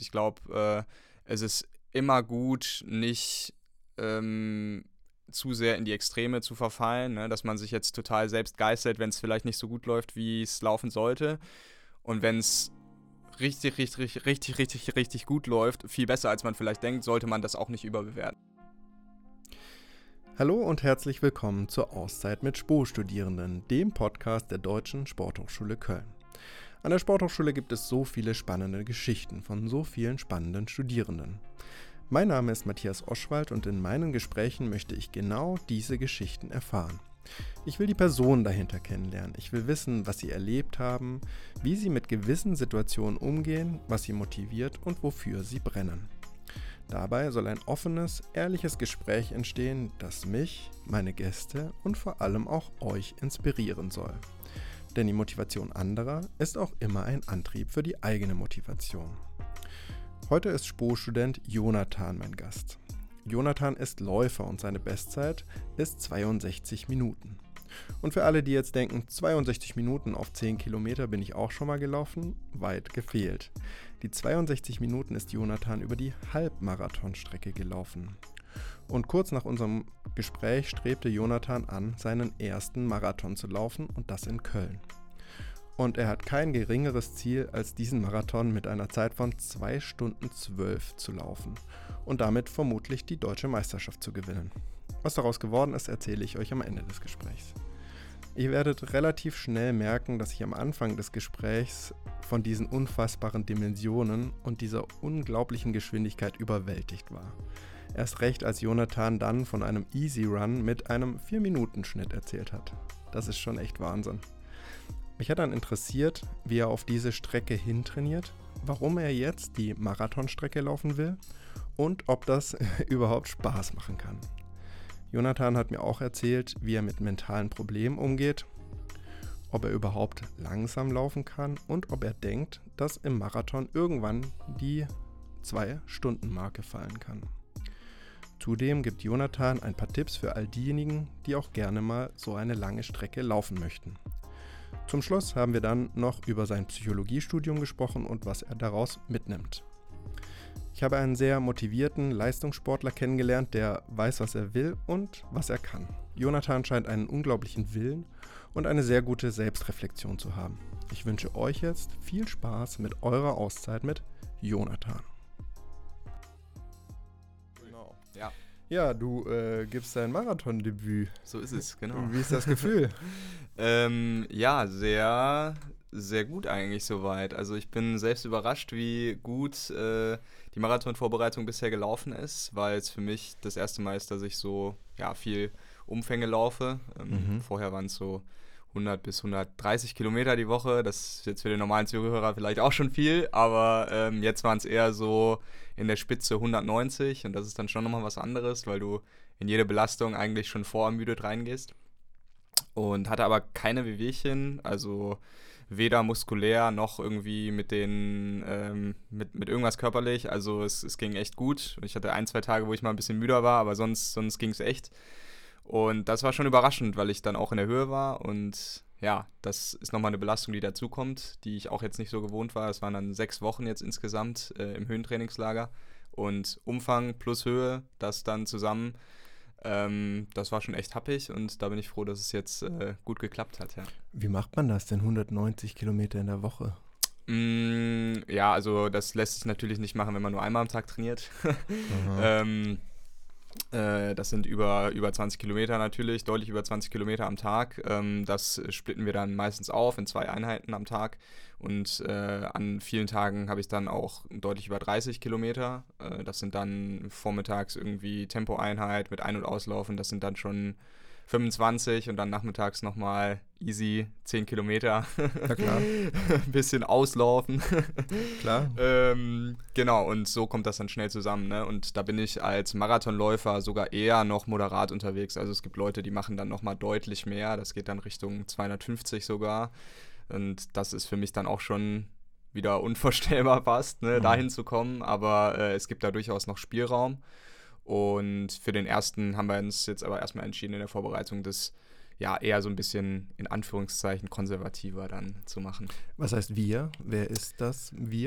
Ich glaube, es ist immer gut, nicht zu sehr in die Extreme zu verfallen, ne? Dass man sich jetzt total selbst geißelt, wenn es vielleicht nicht so gut läuft, wie es laufen sollte. Und wenn es richtig gut läuft, viel besser als man vielleicht denkt, sollte man das auch nicht überbewerten. Hallo und herzlich willkommen zur Auszeit mit SPO-Studierenden, dem Podcast der Deutschen Sporthochschule Köln. An der Sporthochschule gibt es so viele spannende Geschichten von so vielen spannenden Studierenden. Mein Name ist Matthias Oschwald und in meinen Gesprächen möchte ich genau diese Geschichten erfahren. Ich will die Personen dahinter kennenlernen. Ich will wissen, was sie erlebt haben, wie sie mit gewissen Situationen umgehen, was sie motiviert und wofür sie brennen. Dabei soll ein offenes, ehrliches Gespräch entstehen, das mich, meine Gäste und vor allem auch euch inspirieren soll. Denn die Motivation anderer ist auch immer ein Antrieb für die eigene Motivation. Heute ist SPO-Student Jonathan mein Gast. Jonathan ist Läufer und seine Bestzeit ist 62 Minuten. Und für alle, die jetzt denken, 62 Minuten auf 10 Kilometer bin ich auch schon mal gelaufen, weit gefehlt. Die 62 Minuten ist Jonathan über die Halbmarathonstrecke gelaufen. Und kurz nach unserem Gespräch strebte Jonathan an, seinen ersten Marathon zu laufen und das in Köln. Und er hat kein geringeres Ziel, als diesen Marathon mit einer Zeit von 2 Stunden 12 zu laufen und damit vermutlich die deutsche Meisterschaft zu gewinnen. Was daraus geworden ist, erzähle ich euch am Ende des Gesprächs. Ihr werdet relativ schnell merken, dass ich am Anfang des Gesprächs von diesen unfassbaren Dimensionen und dieser unglaublichen Geschwindigkeit überwältigt war. Erst recht, als Jonathan dann von einem Easy Run mit einem 4-Minuten-Schnitt erzählt hat. Das ist schon echt Wahnsinn. Mich hat dann interessiert, wie er auf diese Strecke hintrainiert, warum er jetzt die Marathonstrecke laufen will und ob das überhaupt Spaß machen kann. Jonathan hat mir auch erzählt, wie er mit mentalen Problemen umgeht, ob er überhaupt langsam laufen kann und ob er denkt, dass im Marathon irgendwann die 2-Stunden-Marke fallen kann. Zudem gibt Jonathan ein paar Tipps für all diejenigen, die auch gerne mal so eine lange Strecke laufen möchten. Zum Schluss haben wir dann noch über sein Psychologiestudium gesprochen und was er daraus mitnimmt. Ich habe einen sehr motivierten Leistungssportler kennengelernt, der weiß, was er will und was er kann. Jonathan scheint einen unglaublichen Willen und eine sehr gute Selbstreflexion zu haben. Ich wünsche euch jetzt viel Spaß mit eurer Auszeit mit Jonathan. Genau. Ja. Ja, du gibst dein Marathondebüt. So ist es, genau. Wie ist das Gefühl? Ja, sehr, sehr gut eigentlich soweit. Also ich bin selbst überrascht, wie gut die Marathonvorbereitung bisher gelaufen ist, weil es für mich das erste Mal ist, dass ich so viel Umfänge laufe. Vorher waren es so 100 bis 130 Kilometer die Woche. Das ist jetzt für den normalen Zuhörer vielleicht auch schon viel, aber jetzt waren es eher so in der Spitze 190 und das ist dann schon nochmal was anderes, weil du in jede Belastung eigentlich schon vorermüdet reingehst. Und hatte aber keine Wehwehchen, also weder muskulär noch irgendwie mit irgendwas körperlich. Also es ging echt gut. Ich hatte 1-2 Tage, wo ich mal ein bisschen müder war, aber sonst ging es echt. Und das war schon überraschend, weil ich dann auch in der Höhe war. Und ja, das ist nochmal eine Belastung, die dazukommt, die ich auch jetzt nicht so gewohnt war. Es waren dann 6 Wochen jetzt insgesamt im Höhentrainingslager. Und Umfang plus Höhe, das dann zusammen. Das war schon echt happig und da bin ich froh, dass es jetzt gut geklappt hat, ja. Wie macht man das denn, 190 Kilometer in der Woche? Ja, also das lässt sich natürlich nicht machen, wenn man nur einmal am Tag trainiert. Das sind über 20 Kilometer natürlich, deutlich über 20 Kilometer am Tag. Das splitten wir dann meistens auf in 2 Einheiten am Tag. Und an vielen Tagen habe ich dann auch deutlich über 30 Kilometer. Das sind dann vormittags irgendwie Tempoeinheit mit Ein- und Auslaufen. Das sind dann schon 25 und dann nachmittags nochmal easy 10 Kilometer. Ja, klar. Ein bisschen auslaufen. Klar. Genau, und so kommt das dann schnell zusammen, ne? Und da bin ich als Marathonläufer sogar eher noch moderat unterwegs. Also es gibt Leute, die machen dann nochmal deutlich mehr. Das geht dann Richtung 250 sogar. Und das ist für mich dann auch schon wieder unvorstellbar fast, ne, dahin zu kommen. Aber es gibt da durchaus noch Spielraum. Und für den ersten haben wir uns jetzt aber erstmal entschieden in der Vorbereitung, das eher so ein bisschen in Anführungszeichen konservativer dann zu machen. Was heißt wir? Wer ist das wir?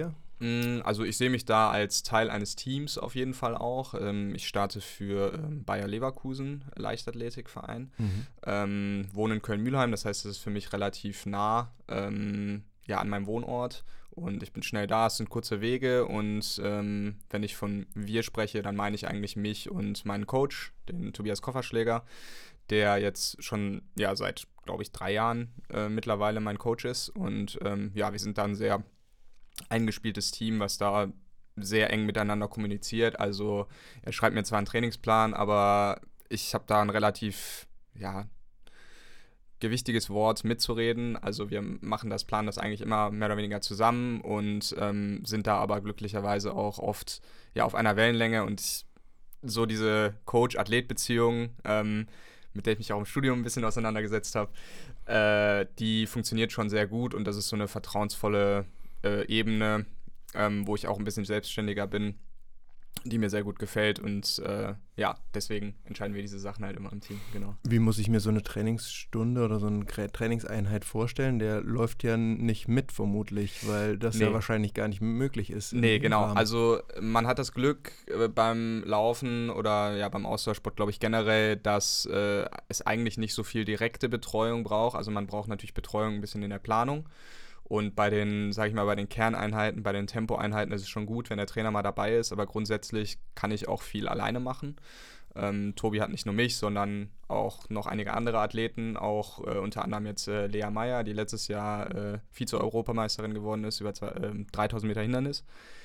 Also ich sehe mich da als Teil eines Teams auf jeden Fall auch. Ich starte für Bayer Leverkusen, Leichtathletikverein. Wohne in Köln-Mühlheim, das heißt, es ist für mich relativ nah an meinem Wohnort. Und ich bin schnell da, es sind kurze Wege und wenn ich von wir spreche, dann meine ich eigentlich mich und meinen Coach, den Tobias Kofferschläger, der jetzt schon seit, glaube ich, 3 Jahren mittlerweile mein Coach ist. Und wir sind dann sehr eingespieltes Team, was da sehr eng miteinander kommuniziert. Also er schreibt mir zwar einen Trainingsplan, aber ich habe da ein relativ gewichtiges Wort mitzureden. Also wir planen das eigentlich immer mehr oder weniger zusammen und sind da aber glücklicherweise auch oft auf einer Wellenlänge und so diese Coach-Athlet-Beziehung, mit der ich mich auch im Studium ein bisschen auseinandergesetzt habe, die funktioniert schon sehr gut und das ist so eine vertrauensvolle Ebene, wo ich auch ein bisschen selbstständiger bin, die mir sehr gut gefällt und deswegen entscheiden wir diese Sachen halt immer im Team, genau. Wie muss ich mir so eine Trainingsstunde oder so eine Trainingseinheit vorstellen? Der läuft ja nicht mit vermutlich, weil das ja wahrscheinlich gar nicht möglich ist. Nee, genau. Also man hat das Glück beim Laufen oder beim Ausdauersport, glaube ich, generell, dass es eigentlich nicht so viel direkte Betreuung braucht. Also man braucht natürlich Betreuung ein bisschen in der Planung. Und bei den, bei den Kerneinheiten, bei den Tempoeinheiten ist es schon gut, wenn der Trainer mal dabei ist, aber grundsätzlich kann ich auch viel alleine machen. Tobi hat nicht nur mich, sondern auch noch einige andere Athleten, auch unter anderem jetzt Lea Meyer, die letztes Jahr Vize-Europameisterin geworden ist, über 3000 Meter Hindernis.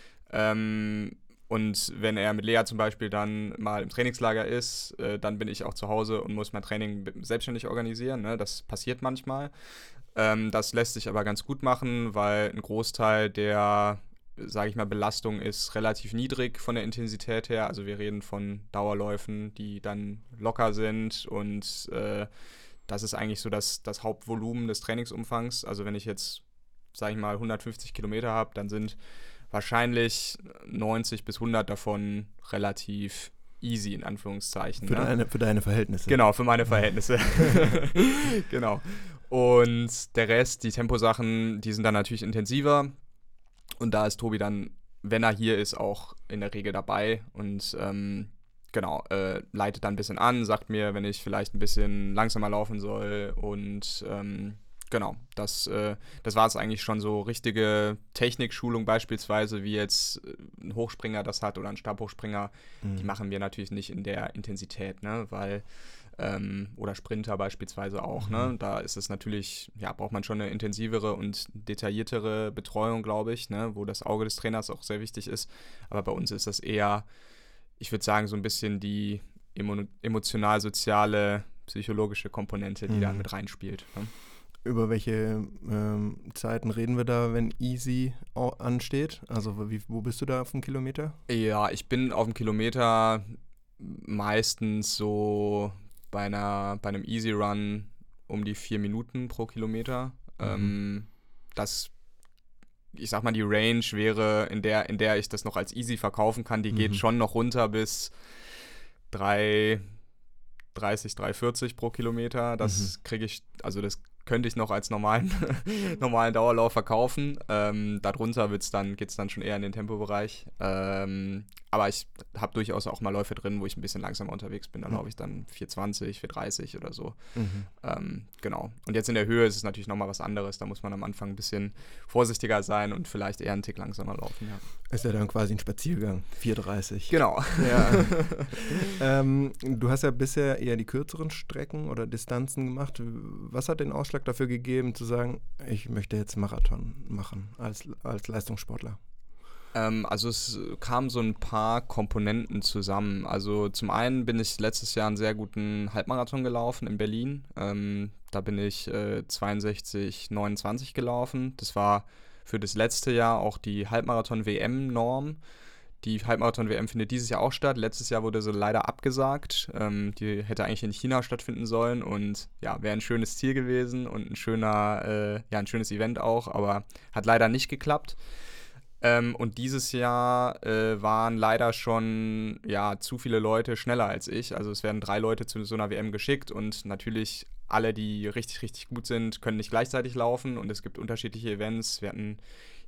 Und wenn er mit Lea zum Beispiel dann mal im Trainingslager ist, dann bin ich auch zu Hause und muss mein Training selbstständig organisieren. Ne? Das passiert manchmal. Das lässt sich aber ganz gut machen, weil ein Großteil der, Belastung ist relativ niedrig von der Intensität her. Also wir reden von Dauerläufen, die dann locker sind und das ist eigentlich so das Hauptvolumen des Trainingsumfangs. Also wenn ich jetzt, 150 Kilometer habe, dann sind wahrscheinlich 90 bis 100 davon relativ easy, in Anführungszeichen. Für deine Verhältnisse. Genau, für meine Verhältnisse. Genau. Und der Rest, die Temposachen, die sind dann natürlich intensiver. Und da ist Tobi dann, wenn er hier ist, auch in der Regel dabei und leitet dann ein bisschen an, sagt mir, wenn ich vielleicht ein bisschen langsamer laufen soll und das war es eigentlich schon, so richtige Technikschulung beispielsweise, wie jetzt ein Hochspringer das hat oder ein Stabhochspringer, die machen wir natürlich nicht in der Intensität, ne, weil oder Sprinter beispielsweise auch, ne, da ist es natürlich, braucht man schon eine intensivere und detailliertere Betreuung, glaube ich, ne, wo das Auge des Trainers auch sehr wichtig ist, aber bei uns ist das eher, ich würde sagen, so ein bisschen die emotional-soziale, psychologische Komponente, die da mit reinspielt, ne? Über welche Zeiten reden wir da, wenn Easy ansteht? Also wo bist du da auf dem Kilometer? Ja, ich bin auf dem Kilometer meistens so bei einem Easy Run um die 4 Minuten pro Kilometer. Die Range wäre, in der ich das noch als easy verkaufen kann, die geht schon noch runter bis 3,30, 3,40 pro Kilometer. Das kriege ich, also das könnte ich noch als normalen Dauerlauf verkaufen. Darunter geht es dann schon eher in den Tempobereich. Aber ich habe durchaus auch mal Läufe drin, wo ich ein bisschen langsamer unterwegs bin. Da laufe ich dann 4,20, 4,30 oder so. Genau. Und jetzt in der Höhe ist es natürlich nochmal was anderes. Da muss man am Anfang ein bisschen vorsichtiger sein und vielleicht eher einen Tick langsamer laufen. Ja. Ist ja dann quasi ein Spaziergang, 4,30. Genau. Ja. Du hast ja bisher eher die kürzeren Strecken oder Distanzen gemacht. Was hat den Ausschlag dafür gegeben, zu sagen, ich möchte jetzt Marathon machen als Leistungssportler? Also es kamen so ein paar Komponenten zusammen. Also zum einen bin ich letztes Jahr einen sehr guten Halbmarathon gelaufen in Berlin. Da bin ich 62,29 gelaufen. Das war für das letzte Jahr auch die Halbmarathon-WM-Norm. Die Halbmarathon-WM findet dieses Jahr auch statt. Letztes Jahr wurde sie leider abgesagt. Die hätte eigentlich in China stattfinden sollen und ja, wäre ein schönes Ziel gewesen und ein schönes Event auch, aber hat leider nicht geklappt. Und dieses Jahr waren leider schon zu viele Leute schneller als ich. Also es werden 3 Leute zu so einer WM geschickt und natürlich alle, die richtig, richtig gut sind, können nicht gleichzeitig laufen und es gibt unterschiedliche Events. Wir hatten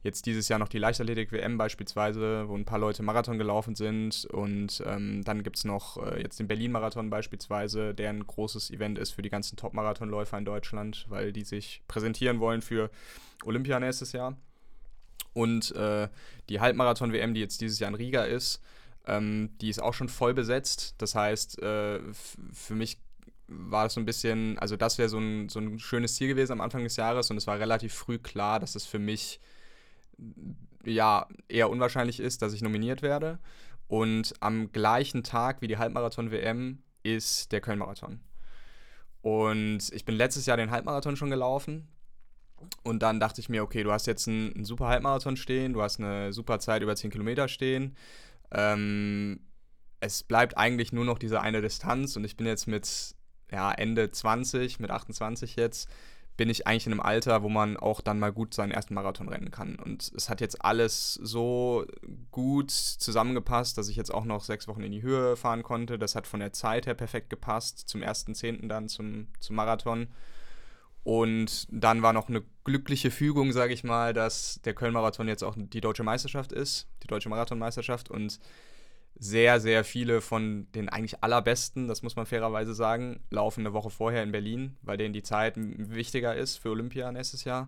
jetzt dieses Jahr noch die Leichtathletik-WM beispielsweise, wo ein paar Leute Marathon gelaufen sind. Und dann gibt es noch jetzt den Berlin-Marathon beispielsweise, der ein großes Event ist für die ganzen Top-Marathonläufer in Deutschland, weil die sich präsentieren wollen für Olympia nächstes Jahr. Und die Halbmarathon-WM, die jetzt dieses Jahr in Riga ist, die ist auch schon voll besetzt. Das heißt, für mich war das so ein bisschen, also das wäre so ein schönes Ziel gewesen am Anfang des Jahres und es war relativ früh klar, dass es für mich ja eher unwahrscheinlich ist, dass ich nominiert werde. Und am gleichen Tag wie die Halbmarathon-WM ist der Köln-Marathon. Und ich bin letztes Jahr den Halbmarathon schon gelaufen. Und dann dachte ich mir, okay, du hast jetzt einen super Halbmarathon stehen, du hast eine super Zeit über 10 Kilometer stehen. Es bleibt eigentlich nur noch diese eine Distanz und ich bin jetzt mit Ende 20, mit 28 jetzt, bin ich eigentlich in einem Alter, wo man auch dann mal gut seinen ersten Marathon rennen kann. Und es hat jetzt alles so gut zusammengepasst, dass ich jetzt auch noch 6 Wochen in die Höhe fahren konnte. Das hat von der Zeit her perfekt gepasst, zum 1.10. dann zum Marathon. Und dann war noch eine glückliche Fügung, sage ich mal, dass der Köln-Marathon jetzt auch die deutsche Meisterschaft ist, die deutsche Marathonmeisterschaft und sehr, sehr viele von den eigentlich allerbesten, das muss man fairerweise sagen, laufen eine Woche vorher in Berlin, weil denen die Zeit wichtiger ist für Olympia nächstes Jahr.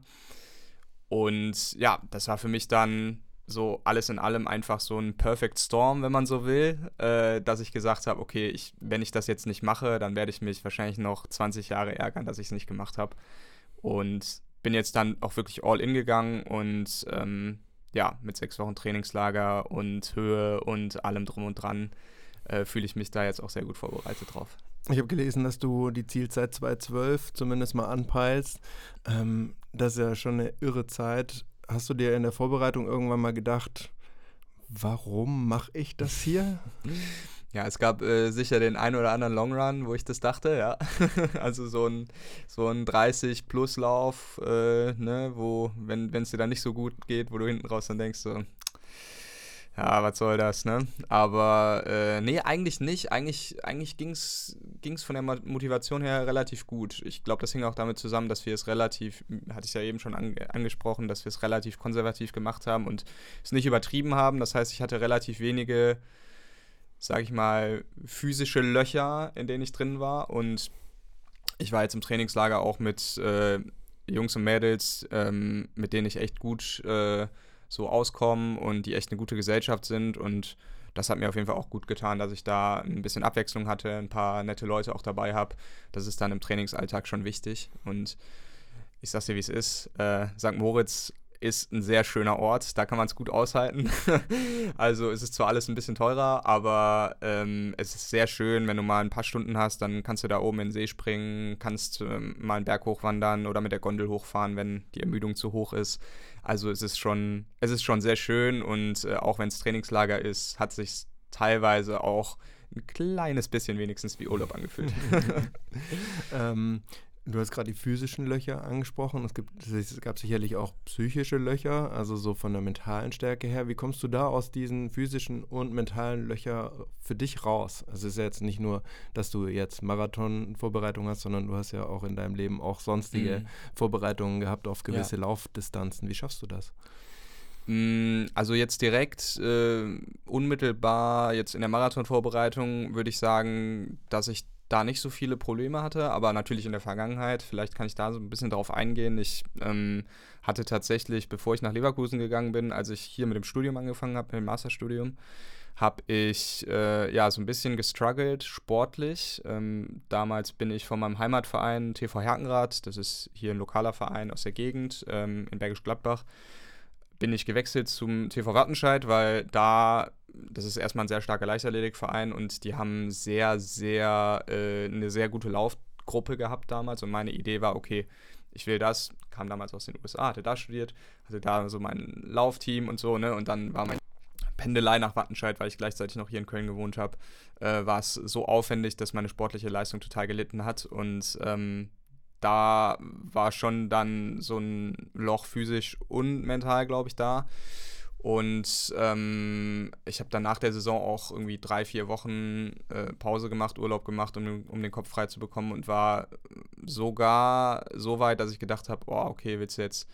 Und ja, das war für mich dann so alles in allem einfach so ein Perfect Storm, wenn man so will, dass ich gesagt habe, okay, wenn ich das jetzt nicht mache, dann werde ich mich wahrscheinlich noch 20 Jahre ärgern, dass ich es nicht gemacht habe. Und bin jetzt dann auch wirklich all in gegangen und mit 6 Wochen Trainingslager und Höhe und allem drum und dran fühle ich mich da jetzt auch sehr gut vorbereitet drauf. Ich habe gelesen, dass du die Zielzeit 2:12 zumindest mal anpeilst. Das ist ja schon eine irre Zeit. Hast du dir in der Vorbereitung irgendwann mal gedacht, warum mache ich das hier? Ja, es gab sicher den einen oder anderen Long Run, wo ich das dachte, ja. Also so ein 30-Plus-Lauf, wo, wenn es dir dann nicht so gut geht, wo du hinten raus dann denkst so, ja, was soll das, ne? Aber nee, eigentlich nicht. Eigentlich ging's von der Motivation her relativ gut. Ich glaube, das hing auch damit zusammen, dass wir es relativ, hatte ich ja eben schon angesprochen, dass wir es relativ konservativ gemacht haben und es nicht übertrieben haben. Das heißt, ich hatte relativ wenige, sage ich mal, physische Löcher, in denen ich drin war. Und ich war jetzt im Trainingslager auch mit Jungs und Mädels, mit denen ich echt gut so auskommen und die echt eine gute Gesellschaft sind und das hat mir auf jeden Fall auch gut getan, dass ich da ein bisschen Abwechslung hatte, ein paar nette Leute auch dabei habe. Das ist dann im Trainingsalltag schon wichtig und ich sag's dir, wie es ist, St. Moritz ist ein sehr schöner Ort, da kann man es gut aushalten. Also es ist zwar alles ein bisschen teurer, aber es ist sehr schön, wenn du mal ein paar Stunden hast, dann kannst du da oben in den See springen, kannst mal einen Berg hochwandern oder mit der Gondel hochfahren, wenn die Ermüdung zu hoch ist. Also es ist schon sehr schön und auch wenn es Trainingslager ist, hat sich teilweise auch ein kleines bisschen wenigstens wie Urlaub angefühlt. Du hast gerade die physischen Löcher angesprochen. Es gab sicherlich auch psychische Löcher, also so von der mentalen Stärke her. Wie kommst du da aus diesen physischen und mentalen Löchern für dich raus? Also es ist ja jetzt nicht nur, dass du jetzt Marathon-Vorbereitung hast, sondern du hast ja auch in deinem Leben auch sonstige Vorbereitungen gehabt auf gewisse Laufdistanzen. Wie schaffst du das? Also jetzt direkt unmittelbar jetzt in der Marathon-Vorbereitung würde ich sagen, dass ich da nicht so viele Probleme hatte, aber natürlich in der Vergangenheit, vielleicht kann ich da so ein bisschen drauf eingehen. Ich hatte tatsächlich, bevor ich nach Leverkusen gegangen bin, als ich hier mit dem Studium angefangen habe, mit dem Masterstudium, habe ich so ein bisschen gestruggelt, sportlich. Damals bin ich von meinem Heimatverein TV Herkenrath, das ist hier ein lokaler Verein aus der Gegend in Bergisch Gladbach, bin ich gewechselt zum TV Wattenscheid, weil das ist erstmal ein sehr starker Leichtathletikverein und die haben sehr, sehr eine sehr gute Laufgruppe gehabt damals und meine Idee war, okay, ich will das, kam damals aus den USA, hatte da studiert, hatte da so mein Laufteam und so, ne, und dann war meine Pendelei nach Wattenscheid, weil ich gleichzeitig noch hier in Köln gewohnt habe, war es so aufwendig, dass meine sportliche Leistung total gelitten hat und da war schon dann so ein Loch physisch und mental, glaube ich, da. Und ich habe dann nach der Saison auch irgendwie 3-4 Wochen Pause gemacht, Urlaub gemacht, um den Kopf frei zu bekommen und war sogar so weit, dass ich gedacht habe, oh, okay, willst du jetzt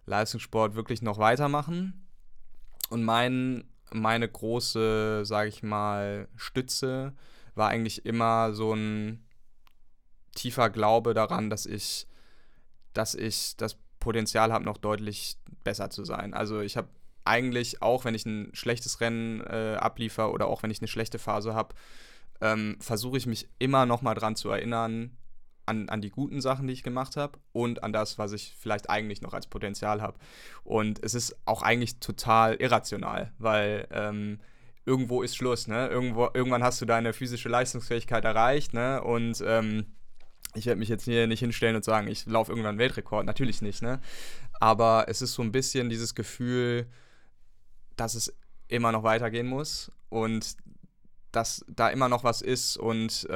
Leistungssport wirklich noch weitermachen. Und meine große, sage ich mal, Stütze war eigentlich immer so ein tiefer Glaube daran, dass ich das Potenzial habe, noch deutlich besser zu sein. Also ich habe eigentlich, auch wenn ich ein schlechtes Rennen abliefer oder auch wenn ich eine schlechte Phase habe, versuche ich mich immer noch mal dran zu erinnern, an die guten Sachen, die ich gemacht habe und an das, was ich vielleicht eigentlich noch als Potenzial habe. Und es ist auch eigentlich total irrational, weil irgendwo ist Schluss, ne? Irgendwann hast du deine physische Leistungsfähigkeit erreicht, ne? Und ich werde mich jetzt hier nicht hinstellen und sagen, ich laufe irgendwann einen Weltrekord, natürlich nicht, ne? Aber es ist so ein bisschen dieses Gefühl, dass es immer noch weitergehen muss und dass da immer noch was ist und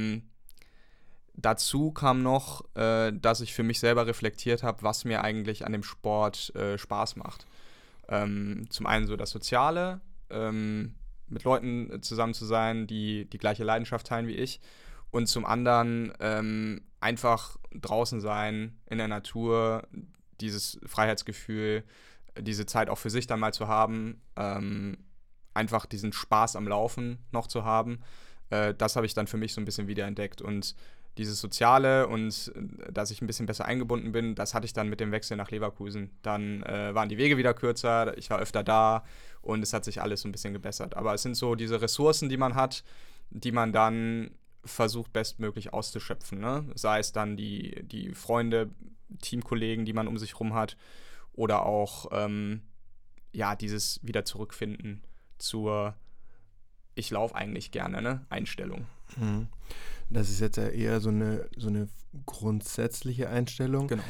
dazu kam noch, dass ich für mich selber reflektiert habe, was mir eigentlich an dem Sport Spaß macht. Zum einen so das Soziale, mit Leuten zusammen zu sein, die die gleiche Leidenschaft teilen wie ich. Und zum anderen einfach draußen sein, in der Natur, dieses Freiheitsgefühl, diese Zeit auch für sich dann mal zu haben, einfach diesen Spaß am Laufen noch zu haben. Das habe ich dann für mich so ein bisschen wiederentdeckt. Und dieses Soziale und dass ich ein bisschen besser eingebunden bin, das hatte ich dann mit dem Wechsel nach Leverkusen. Dann waren die Wege wieder kürzer, ich war öfter da und es hat sich alles so ein bisschen gebessert. Aber es sind so diese Ressourcen, die man hat, die man dann versucht bestmöglich auszuschöpfen. Ne? Sei es dann die Freunde, Teamkollegen, die man um sich rum hat oder auch dieses wieder zurückfinden zur ich laufe eigentlich gerne, ne? Einstellung. Das ist jetzt ja eher so eine grundsätzliche Einstellung. Genau.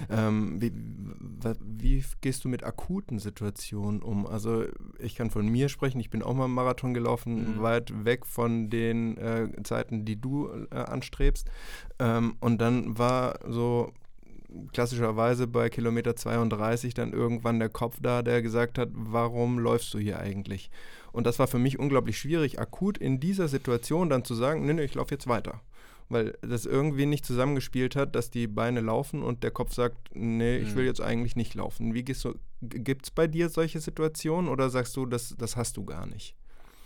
Wie gehst du mit akuten Situationen um? Also ich kann von mir sprechen, ich bin auch mal einen Marathon gelaufen, weit weg von den Zeiten, die du anstrebst. Und dann war so klassischerweise bei Kilometer 32 dann irgendwann der Kopf da, der gesagt hat, warum läufst du hier eigentlich? Und das war für mich unglaublich schwierig, akut in dieser Situation dann zu sagen, nee, ich laufe jetzt weiter. Weil das irgendwie nicht zusammengespielt hat, dass die Beine laufen und der Kopf sagt, nee, ich will jetzt eigentlich nicht laufen. Wie gehst du, gibt es bei dir solche Situationen oder sagst du, das hast du gar nicht?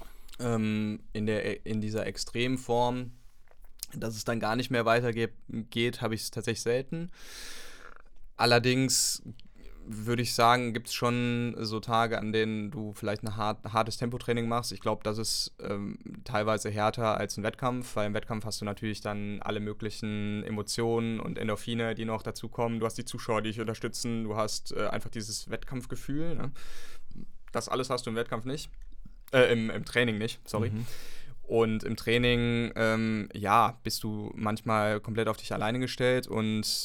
In dieser Extremform, dass es dann gar nicht mehr weitergeht, habe ich es tatsächlich selten. Allerdings würde ich sagen, gibt es schon so Tage, an denen du vielleicht ein hartes Tempotraining machst. Ich glaube, das ist teilweise härter als ein Wettkampf, weil im Wettkampf hast du natürlich dann alle möglichen Emotionen und Endorphine, die noch dazu kommen. Du hast die Zuschauer, die dich unterstützen. Du hast einfach dieses Wettkampfgefühl. Ne? Das alles hast du im Wettkampf nicht. Im Training nicht, sorry. Und im Training, bist du manchmal komplett auf dich alleine gestellt und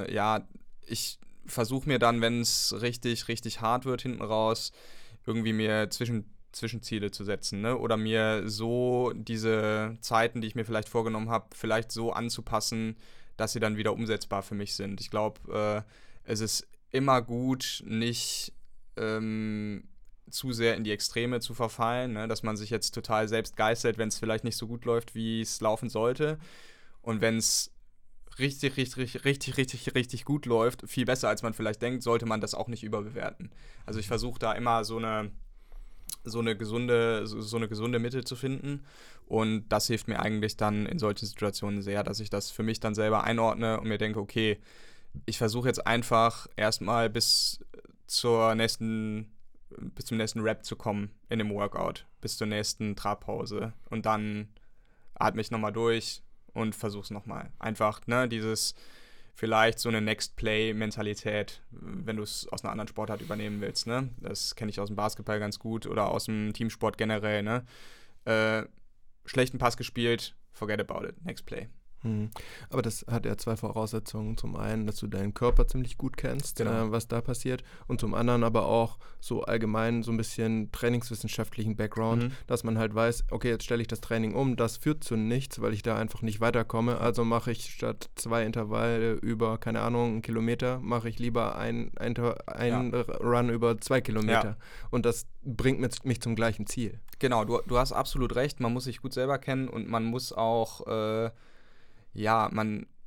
ich versuche mir dann, wenn es richtig, richtig hart wird hinten raus, irgendwie mir Zwischenziele zu setzen, ne? Oder mir so diese Zeiten, die ich mir vielleicht vorgenommen habe, vielleicht so anzupassen, dass sie dann wieder umsetzbar für mich sind. Ich glaube, es ist immer gut, nicht zu sehr in die Extreme zu verfallen, ne? Dass man sich jetzt total selbst geißelt, wenn es vielleicht nicht so gut läuft, wie es laufen sollte. Und wenn es richtig gut läuft, viel besser als man vielleicht denkt, sollte man das auch nicht überbewerten. Also ich versuche da immer so eine gesunde Mitte zu finden und das hilft mir eigentlich dann in solchen Situationen sehr, dass ich das für mich dann selber einordne und mir denke, okay, ich versuche jetzt einfach erstmal bis zum nächsten Rep zu kommen in dem Workout, bis zur nächsten Trabpause und dann atme ich nochmal durch und versuch's nochmal. Einfach, ne, dieses vielleicht so eine Next-Play-Mentalität, wenn du es aus einer anderen Sportart übernehmen willst, ne? Das kenne ich aus dem Basketball ganz gut oder aus dem Teamsport generell, ne? Schlechten Pass gespielt, forget about it, next play. Aber das hat ja zwei Voraussetzungen. Zum einen, dass du deinen Körper ziemlich gut kennst, Genau. was da passiert. Und zum anderen aber auch so allgemein so ein bisschen trainingswissenschaftlichen Background, dass man halt weiß, okay, jetzt stelle ich das Training um, das führt zu nichts, weil ich da einfach nicht weiterkomme. Also mache ich statt 2 Intervalle über, keine Ahnung, 1 Kilometer, mache ich lieber ein Run über 2 Kilometer. Ja. Und das bringt mich zum gleichen Ziel. Genau, du hast absolut recht. Man muss sich gut selber kennen und man muss auch man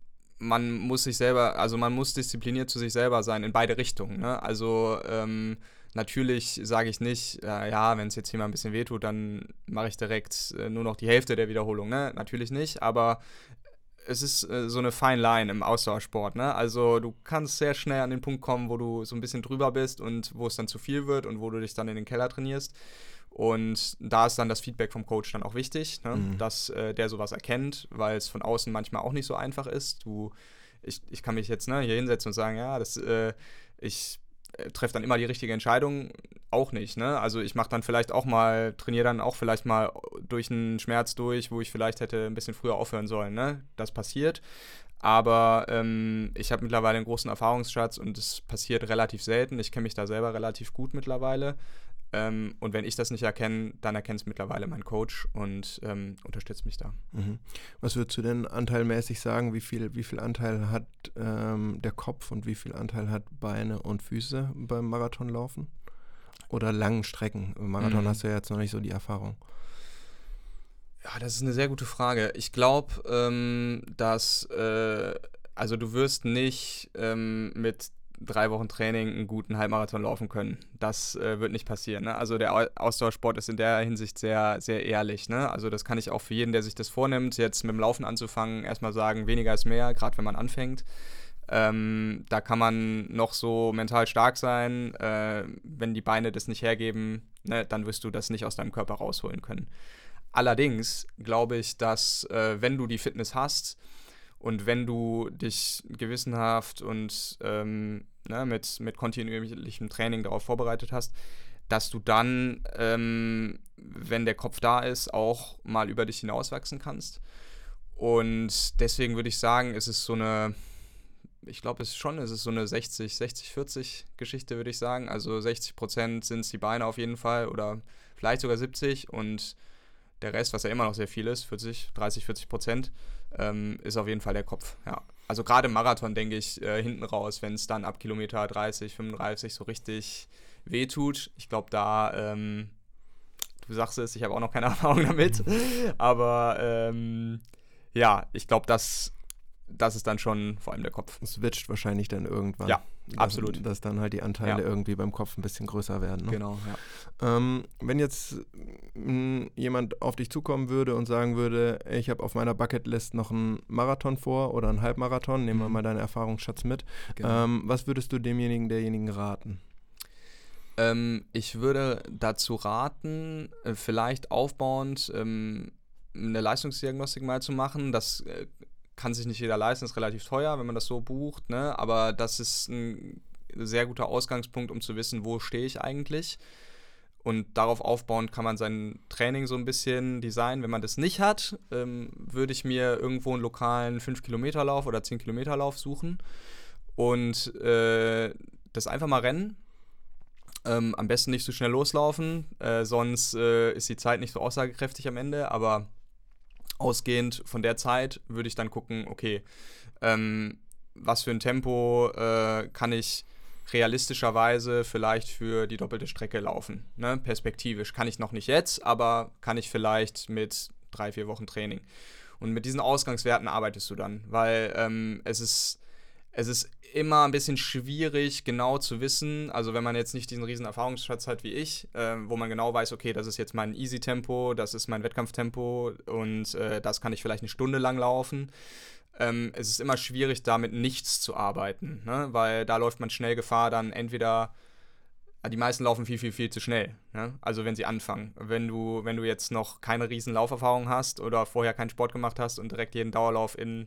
man muss diszipliniert zu sich selber sein in beide Richtungen. Ne? Also natürlich sage ich nicht, ja, wenn es jetzt hier mal ein bisschen wehtut, dann mache ich direkt nur noch die Hälfte der Wiederholung. Ne? Natürlich nicht, aber es ist so eine Fine Line im Ausdauersport. Ne? Also du kannst sehr schnell an den Punkt kommen, wo du so ein bisschen drüber bist und wo es dann zu viel wird und wo du dich dann in den Keller trainierst. Und da ist dann das Feedback vom Coach dann auch wichtig, ne? Dass der sowas erkennt, weil es von außen manchmal auch nicht so einfach ist. Ich kann mich jetzt hier hinsetzen und sagen, ja, ich treffe dann immer die richtige Entscheidung, auch nicht. Ne? Also ich mache dann vielleicht auch mal, trainiere dann auch vielleicht mal durch einen Schmerz durch, wo ich vielleicht hätte ein bisschen früher aufhören sollen. Ne? Das passiert. Aber ich habe mittlerweile einen großen Erfahrungsschatz und es passiert relativ selten. Ich kenne mich da selber relativ gut mittlerweile. Und wenn ich das nicht erkenne, dann erkennt es mittlerweile mein Coach und unterstützt mich da. Was würdest du denn anteilmäßig sagen? Wie viel Anteil hat der Kopf und wie viel Anteil hat Beine und Füße beim Marathonlaufen? Oder langen Strecken? Im Marathon hast du ja jetzt noch nicht so die Erfahrung. Ja, das ist eine sehr gute Frage. Ich glaube, dass also du wirst nicht mit 3 Wochen Training einen guten Halbmarathon laufen können. Das wird nicht passieren. Ne? Also der Ausdauersport ist in der Hinsicht sehr, sehr ehrlich. Ne? Also das kann ich auch für jeden, der sich das vornimmt, jetzt mit dem Laufen anzufangen, erstmal sagen, weniger ist mehr, gerade wenn man anfängt. Da kann man noch so mental stark sein. Wenn die Beine das nicht hergeben, ne, dann wirst du das nicht aus deinem Körper rausholen können. Allerdings glaube ich, dass wenn du die Fitness hast, und wenn du dich gewissenhaft und mit kontinuierlichem Training darauf vorbereitet hast, dass du dann, wenn der Kopf da ist, auch mal über dich hinauswachsen kannst. Und deswegen würde ich sagen, es ist so eine 60-40 Geschichte, würde ich sagen. Also 60% sind es die Beine auf jeden Fall oder vielleicht sogar 70% und der Rest, was ja immer noch sehr viel ist, 30-40%, ist auf jeden Fall der Kopf. Ja. Also gerade im Marathon denke ich hinten raus, wenn es dann ab Kilometer 30, 35 so richtig wehtut. Ich glaube da, du sagst es, ich habe auch noch keine Erfahrung damit, aber ja, ich glaube, das ist dann schon vor allem der Kopf. Es switcht wahrscheinlich dann irgendwann. Ja, absolut. Dass dann halt die Anteile irgendwie beim Kopf ein bisschen größer werden. Ne? Genau, ja. Wenn jetzt jemand auf dich zukommen würde und sagen würde, ich habe auf meiner Bucketlist noch einen Marathon vor oder einen Halbmarathon, nehmen wir mal deinen Erfahrungsschatz mit. Genau. Was würdest du derjenigen raten? Ich würde dazu raten, vielleicht aufbauend eine Leistungsdiagnostik mal zu machen. Das kann sich nicht jeder leisten, ist relativ teuer, wenn man das so bucht, ne? Aber das ist ein sehr guter Ausgangspunkt, um zu wissen, wo stehe ich eigentlich. Und darauf aufbauend kann man sein Training so ein bisschen designen. Wenn man das nicht hat, würde ich mir irgendwo einen lokalen 5-Kilometer-Lauf oder 10-Kilometer-Lauf suchen und das einfach mal rennen. Am besten nicht so schnell loslaufen, sonst ist die Zeit nicht so aussagekräftig am Ende, aber ausgehend von der Zeit würde ich dann gucken, okay, was für ein Tempo kann ich realistischerweise vielleicht für die doppelte Strecke laufen. Ne? Perspektivisch kann ich noch nicht jetzt, aber kann ich vielleicht mit 3-4 Wochen Training. Und mit diesen Ausgangswerten arbeitest du dann, weil es ist immer ein bisschen schwierig, genau zu wissen, also wenn man jetzt nicht diesen riesen Erfahrungsschatz hat wie ich, wo man genau weiß, okay, das ist jetzt mein Easy-Tempo, das ist mein Wettkampftempo und das kann ich vielleicht eine Stunde lang laufen. Es ist immer schwierig, da mit nichts zu arbeiten, ne? Weil da läuft man schnell Gefahr, dann entweder, die meisten laufen viel, viel, viel zu schnell, ne? Also wenn sie anfangen. Wenn du jetzt noch keine riesen Lauferfahrung hast oder vorher keinen Sport gemacht hast und direkt jeden Dauerlauf in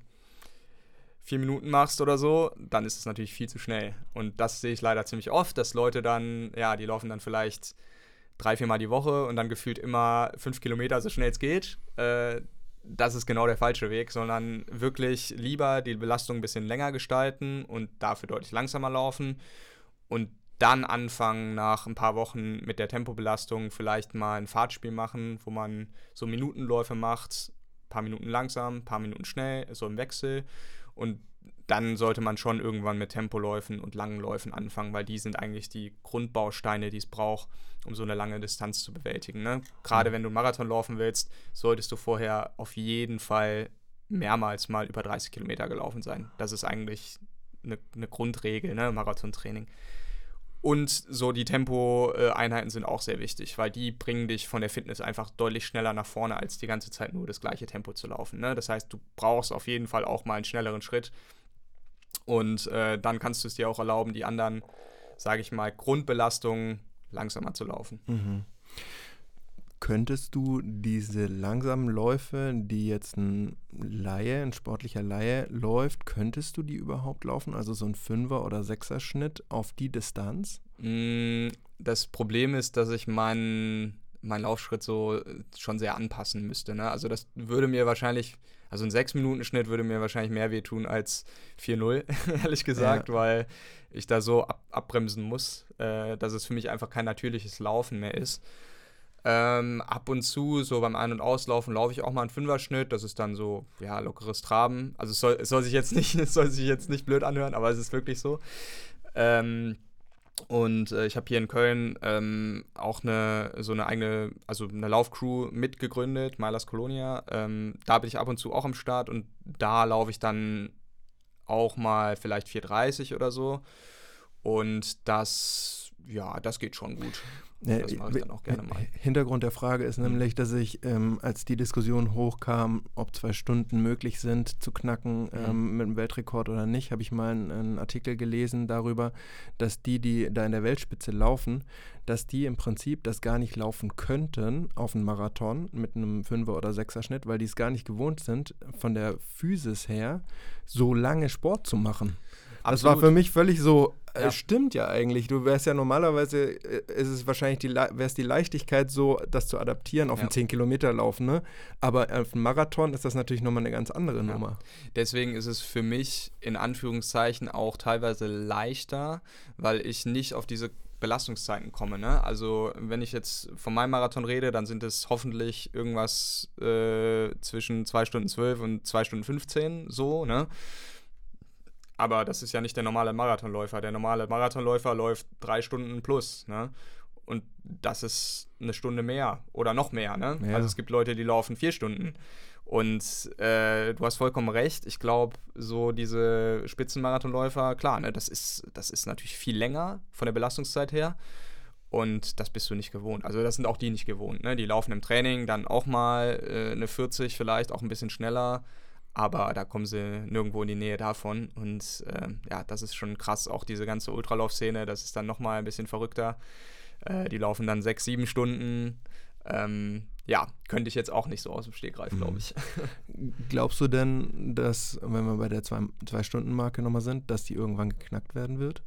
4 Minuten machst oder so, dann ist es natürlich viel zu schnell. Und das sehe ich leider ziemlich oft, dass Leute dann, ja, die laufen dann vielleicht 3-4 Mal die Woche und dann gefühlt immer 5 Kilometer, so schnell es geht. Das ist genau der falsche Weg, sondern wirklich lieber die Belastung ein bisschen länger gestalten und dafür deutlich langsamer laufen und dann anfangen, nach ein paar Wochen mit der Tempobelastung vielleicht mal ein Fahrtspiel machen, wo man so Minutenläufe macht, ein paar Minuten langsam, ein paar Minuten schnell, so im Wechsel. Und dann sollte man schon irgendwann mit Tempoläufen und langen Läufen anfangen, weil die sind eigentlich die Grundbausteine, die es braucht, um so eine lange Distanz zu bewältigen. Ne? Gerade wenn du einen Marathon laufen willst, solltest du vorher auf jeden Fall mehrmals mal über 30 Kilometer gelaufen sein. Das ist eigentlich eine Grundregel, ne, Marathontraining. Und so die Tempo-Einheiten sind auch sehr wichtig, weil die bringen dich von der Fitness einfach deutlich schneller nach vorne, als die ganze Zeit nur das gleiche Tempo zu laufen. Ne? Das heißt, du brauchst auf jeden Fall auch mal einen schnelleren Schritt. Und dann kannst du es dir auch erlauben, die anderen, sage ich mal, Grundbelastungen langsamer zu laufen. Mhm. Könntest du diese langsamen Läufe, die jetzt ein sportlicher Laie läuft, könntest du die überhaupt laufen? Also so ein 5er- oder 6er-Schnitt auf die Distanz? Das Problem ist, dass ich meinen Laufschritt so schon sehr anpassen müsste. Ne? Also das würde mir wahrscheinlich, also ein 6-Minuten-Schnitt würde mir wahrscheinlich mehr wehtun als 4:0, ehrlich gesagt, weil ich da so abbremsen muss, dass es für mich einfach kein natürliches Laufen mehr ist. Ab und zu, so beim Ein- und Auslaufen, laufe ich auch mal einen 5er-Schnitt. Das ist dann so, ja, lockeres Traben. Also es soll sich jetzt nicht blöd anhören, aber es ist wirklich so. Und ich habe hier in Köln auch eine eigene, also eine Laufcrew mitgegründet, Milas Colonia. Da bin ich ab und zu auch am Start und da laufe ich dann auch mal vielleicht 4:30 oder so. Und das geht schon gut. Das mache ich dann auch gerne mal. Hintergrund der Frage ist nämlich, dass ich, als die Diskussion hochkam, ob 2 Stunden möglich sind zu knacken mit dem Weltrekord oder nicht, habe ich mal einen Artikel gelesen darüber, dass die da in der Weltspitze laufen, dass die im Prinzip das gar nicht laufen könnten auf einen Marathon mit einem 5er- oder 6er-Schnitt, weil die es gar nicht gewohnt sind, von der Physis her so lange Sport zu machen. Das war für mich völlig so, stimmt ja eigentlich. Du wärst ja normalerweise, ist es wahrscheinlich wär's die Leichtigkeit so, das zu adaptieren auf einen 10-Kilometer-Lauf, ne? Aber auf einem Marathon ist das natürlich nochmal eine ganz andere Nummer. Deswegen ist es für mich in Anführungszeichen auch teilweise leichter, weil ich nicht auf diese Belastungszeiten komme, ne? Also wenn ich jetzt von meinem Marathon rede, dann sind es hoffentlich irgendwas zwischen 2:12 und 2:15 so, ne? Aber das ist ja nicht der normale Marathonläufer. Der normale Marathonläufer läuft 3 Stunden plus, ne? Und das ist eine Stunde mehr oder noch mehr, ne? Ja. Also es gibt Leute, die laufen 4 Stunden. Und du hast vollkommen recht. Ich glaube, so diese Spitzenmarathonläufer, klar, ne, das ist natürlich viel länger von der Belastungszeit her. Und das bist du nicht gewohnt. Also das sind auch die nicht gewohnt, ne? Die laufen im Training dann auch mal eine 40, vielleicht auch ein bisschen schneller. Aber da kommen sie nirgendwo in die Nähe davon. Und das ist schon krass. Auch diese ganze Ultralaufszene, das ist dann nochmal ein bisschen verrückter. Die laufen dann 6, 7 Stunden. Könnte ich jetzt auch nicht so aus dem Stegreif, glaube ich. Glaubst du denn, dass, wenn wir bei der 2-Stunden-Marke nochmal sind, dass die irgendwann geknackt werden wird?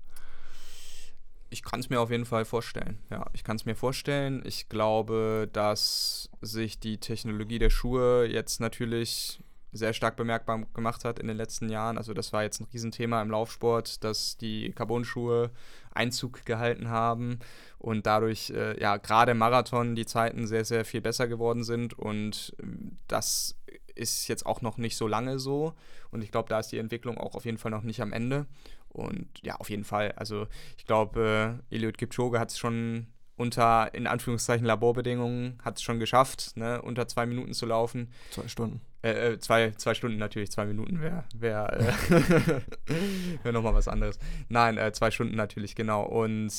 Ich kann es mir auf jeden Fall vorstellen. Ja, ich kann es mir vorstellen. Ich glaube, dass sich die Technologie der Schuhe jetzt natürlich sehr stark bemerkbar gemacht hat in den letzten Jahren. Also das war jetzt ein Riesenthema im Laufsport, dass die Carbon-Schuhe Einzug gehalten haben und dadurch gerade im Marathon die Zeiten sehr, sehr viel besser geworden sind und das ist jetzt auch noch nicht so lange so und ich glaube, da ist die Entwicklung auch auf jeden Fall noch nicht am Ende und ja, auf jeden Fall. Also ich glaube, Eliud Kipchoge hat es schon unter, in Anführungszeichen, Laborbedingungen hat es schon geschafft, ne, unter 2 Minuten zu laufen. 2 Stunden. 2 Stunden natürlich, 2 Minuten wäre nochmal was anderes. Nein, 2 Stunden natürlich, genau. Und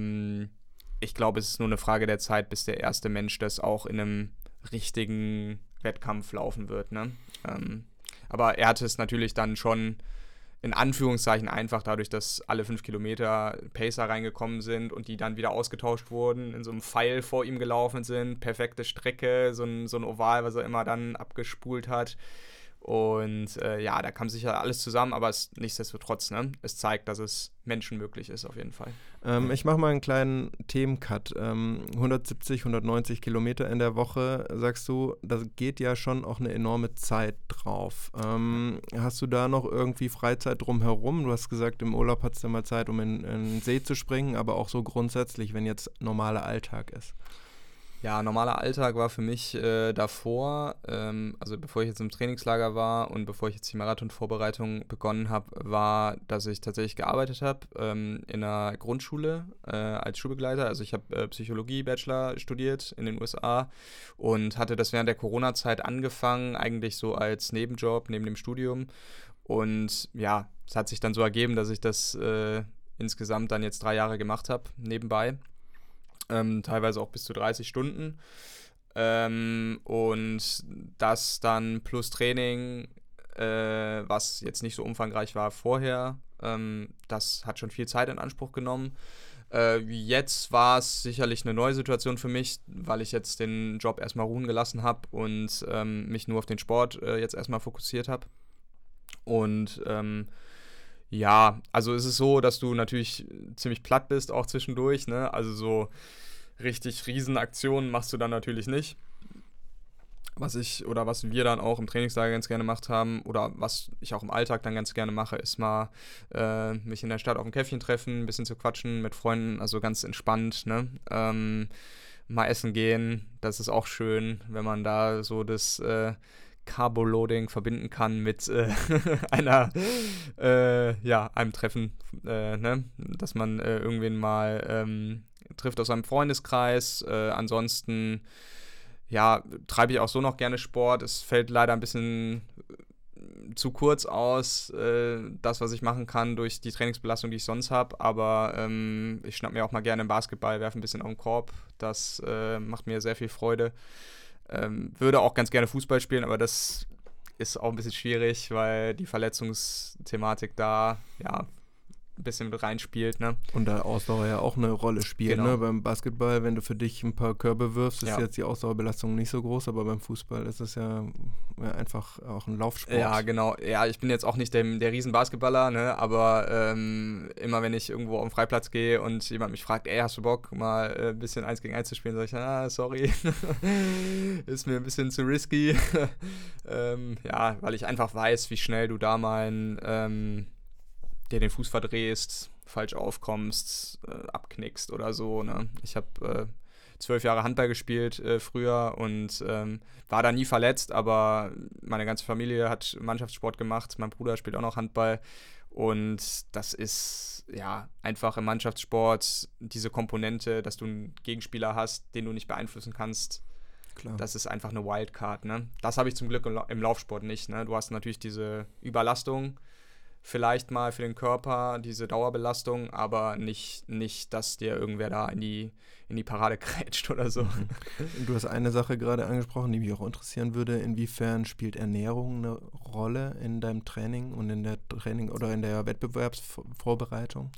ich glaube, es ist nur eine Frage der Zeit, bis der erste Mensch das auch in einem richtigen Wettkampf laufen wird, ne? Aber er hatte es natürlich dann schon in Anführungszeichen einfach dadurch, dass alle 5 Kilometer Pacer reingekommen sind und die dann wieder ausgetauscht wurden, in so einem Pfeil vor ihm gelaufen sind, perfekte Strecke, so ein Oval, was er immer dann abgespult hat. Und da kam sicher alles zusammen, aber nichtsdestotrotz, ne? Es zeigt, dass es menschenmöglich ist, auf jeden Fall. Ich mache mal einen kleinen Themencut. 170, 190 Kilometer in der Woche, sagst du, da geht ja schon auch eine enorme Zeit drauf. Hast du da noch irgendwie Freizeit drumherum? Du hast gesagt, im Urlaub hattest du mal Zeit, um in den See zu springen, aber auch so grundsätzlich, wenn jetzt normaler Alltag ist. Ja, normaler Alltag war für mich davor, also bevor ich jetzt im Trainingslager war und bevor ich jetzt die Marathonvorbereitung begonnen habe, war, dass ich tatsächlich gearbeitet habe in einer Grundschule als Schulbegleiter. Also ich habe Psychologie-Bachelor studiert in den USA und hatte das während der Corona-Zeit angefangen, eigentlich so als Nebenjob neben dem Studium. Und ja, es hat sich dann so ergeben, dass ich das insgesamt dann jetzt 3 Jahre gemacht habe, nebenbei. Teilweise auch bis zu 30 Stunden. Und das dann plus Training, was jetzt nicht so umfangreich war vorher, das hat schon viel Zeit in Anspruch genommen. Jetzt war es sicherlich eine neue Situation für mich, weil ich jetzt den Job erstmal ruhen gelassen habe und mich nur auf den Sport jetzt erstmal fokussiert habe. Und ja, also es ist so, dass du natürlich ziemlich platt bist, auch zwischendurch, ne? Also so richtig Riesenaktionen machst du dann natürlich nicht. Was wir dann auch im Trainingslager ganz gerne gemacht haben oder was ich auch im Alltag dann ganz gerne mache, ist mal mich in der Stadt auf ein Käffchen treffen, ein bisschen zu quatschen mit Freunden, also ganz entspannt, ne? Mal essen gehen, das ist auch schön, wenn man da so das Carbo-Loading verbinden kann mit einem Treffen, ne? Dass man irgendwen mal trifft aus seinem Freundeskreis. Ansonsten, ja, treibe ich auch so noch gerne Sport. Es fällt leider ein bisschen zu kurz aus, das, was ich machen kann, durch die Trainingsbelastung, die ich sonst habe. Aber ich schnapp mir auch mal gerne einen Basketball, werfe ein bisschen auf den Korb. Das macht mir sehr viel Freude. Würde auch ganz gerne Fußball spielen, aber das ist auch ein bisschen schwierig, weil die Verletzungsthematik da, ja, ein bisschen mit reinspielt, ne? Und da Ausdauer ja auch eine Rolle spielt, Genau. ne? Beim Basketball, wenn du für dich ein paar Körbe wirfst, ist Ja. jetzt die Ausdauerbelastung nicht so groß, aber beim Fußball ist es ja einfach auch ein Laufsport. Ja, genau. Ja, ich bin jetzt auch nicht der Riesen-Basketballer, ne? Aber immer wenn ich irgendwo auf den Freiplatz gehe und jemand mich fragt, ey, hast du Bock, mal ein bisschen 1 gegen 1 zu spielen, sage ich, sorry, ist mir ein bisschen zu risky. Ja, weil ich einfach weiß, wie schnell du da mal dir den Fuß verdrehst, falsch aufkommst, abknickst oder so, ne? Ich habe 12 Jahre Handball gespielt früher und war da nie verletzt, aber meine ganze Familie hat Mannschaftssport gemacht. Mein Bruder spielt auch noch Handball und das ist ja einfach im Mannschaftssport diese Komponente, dass du einen Gegenspieler hast, den du nicht beeinflussen kannst. Klar. Das ist einfach eine Wildcard, ne? Das habe ich zum Glück im Laufsport nicht, ne? Du hast natürlich diese Überlastung, vielleicht mal für den Körper, diese Dauerbelastung, aber nicht, dass dir irgendwer da in die Parade krätscht oder so. Du hast eine Sache gerade angesprochen, die mich auch interessieren würde. Inwiefern spielt Ernährung eine Rolle in deinem Training und in der Wettbewerbsvorbereitung?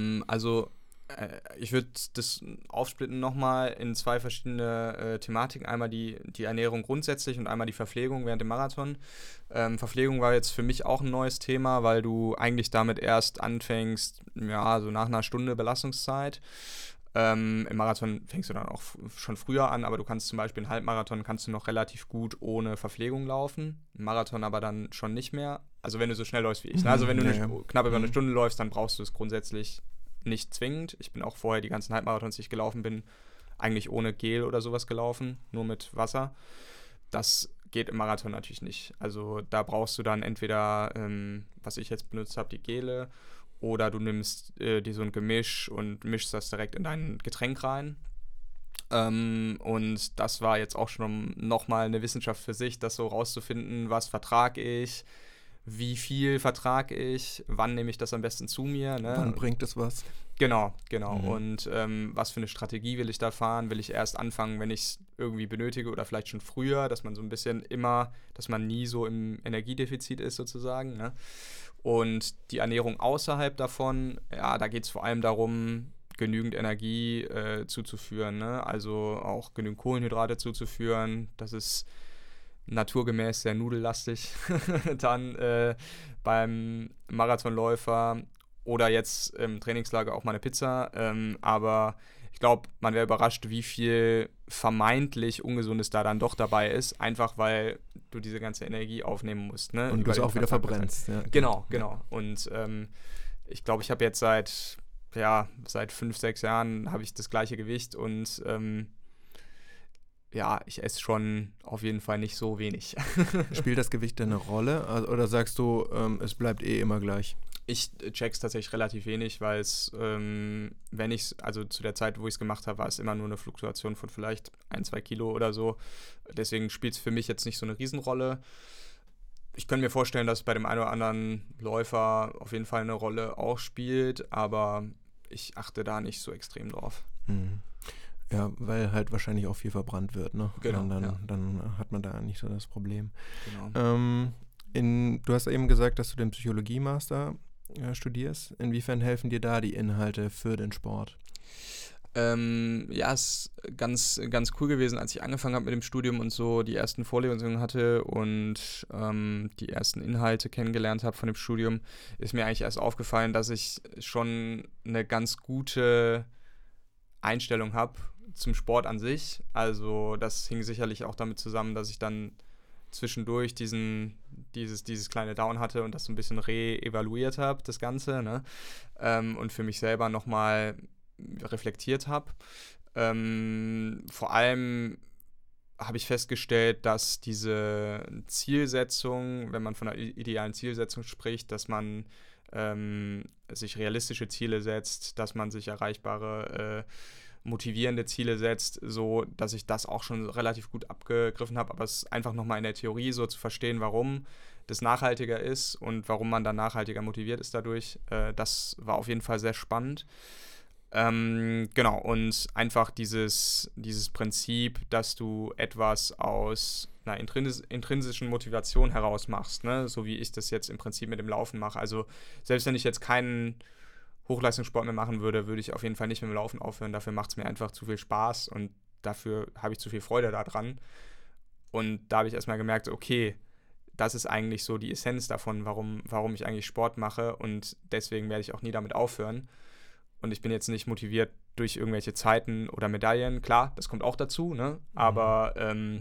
Ich würde das aufsplitten nochmal in 2 verschiedene Thematiken. Einmal die Ernährung grundsätzlich und einmal die Verpflegung während dem Marathon. Verpflegung war jetzt für mich auch ein neues Thema, weil du eigentlich damit erst anfängst, ja, so nach einer Stunde Belastungszeit. Im Marathon fängst du dann auch schon früher an, aber du kannst zum Beispiel einen Halbmarathon kannst du noch relativ gut ohne Verpflegung laufen. Im Marathon aber dann schon nicht mehr. Also wenn du so schnell läufst wie ich. Ne? Also wenn du knapp über eine Stunde läufst, dann brauchst du es grundsätzlich nicht zwingend. Ich bin auch vorher die ganzen Halbmarathons, die ich gelaufen bin, eigentlich ohne Gel oder sowas gelaufen, nur mit Wasser. Das geht im Marathon natürlich nicht. Also da brauchst du dann entweder, was ich jetzt benutzt habe, die Gele, oder du nimmst dir so ein Gemisch und mischst das direkt in dein Getränk rein. Und das war jetzt auch schon nochmal eine Wissenschaft für sich, das so rauszufinden, was vertrage ich, wie viel vertrage ich, wann nehme ich das am besten zu mir. Ne? Wann bringt es was? Genau. Und was für eine Strategie will ich da fahren? Will ich erst anfangen, wenn ich es irgendwie benötige oder vielleicht schon früher, dass man so ein bisschen dass man nie so im Energiedefizit ist sozusagen. Ne? Und die Ernährung außerhalb davon, ja, da geht es vor allem darum, genügend Energie zuzuführen. Ne? Also auch genügend Kohlenhydrate zuzuführen. Das ist naturgemäß sehr nudellastig dann beim Marathonläufer oder jetzt im Trainingslager auch mal eine Pizza. Aber ich glaube, man wäre überrascht, wie viel vermeintlich Ungesundes da dann doch dabei ist, einfach weil du diese ganze Energie aufnehmen musst. Ne? Und du es auch wieder verbrennst. Ja. Genau. Und ich glaube, ich habe jetzt seit 5, 6 Jahren habe ich das gleiche Gewicht und ja, ich esse schon auf jeden Fall nicht so wenig. Spielt das Gewicht denn eine Rolle? Oder sagst du, es bleibt immer gleich? Ich check's tatsächlich relativ wenig, weil es, also zu der Zeit, wo ich es gemacht habe, war es immer nur eine Fluktuation von vielleicht 1-2 Kilo oder so. Deswegen spielt es für mich jetzt nicht so eine Riesenrolle. Ich könnte mir vorstellen, dass es bei dem einen oder anderen Läufer auf jeden Fall eine Rolle auch spielt, aber ich achte da nicht so extrem drauf. Mhm. Ja, weil halt wahrscheinlich auch viel verbrannt wird, ne? Genau, Und dann, ja. dann hat man da nicht so das Problem. Genau. Du hast eben gesagt, dass du den Psychologie-Master studierst. Inwiefern helfen dir da die Inhalte für den Sport? Ja, es ist ganz, ganz cool gewesen, als ich angefangen habe mit dem Studium und so die ersten Vorlesungen hatte und die ersten Inhalte kennengelernt habe von dem Studium, ist mir eigentlich erst aufgefallen, dass ich schon eine ganz gute Einstellung habe zum Sport an sich. Also das hing sicherlich auch damit zusammen, dass ich dann zwischendurch dieses kleine Down hatte und das so ein bisschen re-evaluiert habe, das Ganze, ne? Und für mich selber nochmal reflektiert habe. Vor allem habe ich festgestellt, dass diese Zielsetzung, wenn man von einer idealen Zielsetzung spricht, dass man sich realistische Ziele setzt, dass man sich erreichbare, motivierende Ziele setzt, so dass ich das auch schon relativ gut abgegriffen habe, aber es einfach nochmal in der Theorie so zu verstehen, warum das nachhaltiger ist und warum man dann nachhaltiger motiviert ist dadurch, das war auf jeden Fall sehr spannend. Genau, und einfach dieses Prinzip, dass du etwas aus einer intrinsischen Motivation heraus machst, ne? So wie ich das jetzt im Prinzip mit dem Laufen mache. Also selbst wenn ich jetzt keinen Hochleistungssport mehr machen würde, würde ich auf jeden Fall nicht mit dem Laufen aufhören. Dafür macht es mir einfach zu viel Spaß und dafür habe ich zu viel Freude daran. Und da habe ich erstmal gemerkt, okay, das ist eigentlich so die Essenz davon, warum ich eigentlich Sport mache und deswegen werde ich auch nie damit aufhören. Und ich bin jetzt nicht motiviert durch irgendwelche Zeiten oder Medaillen. Klar, das kommt auch dazu, ne? Aber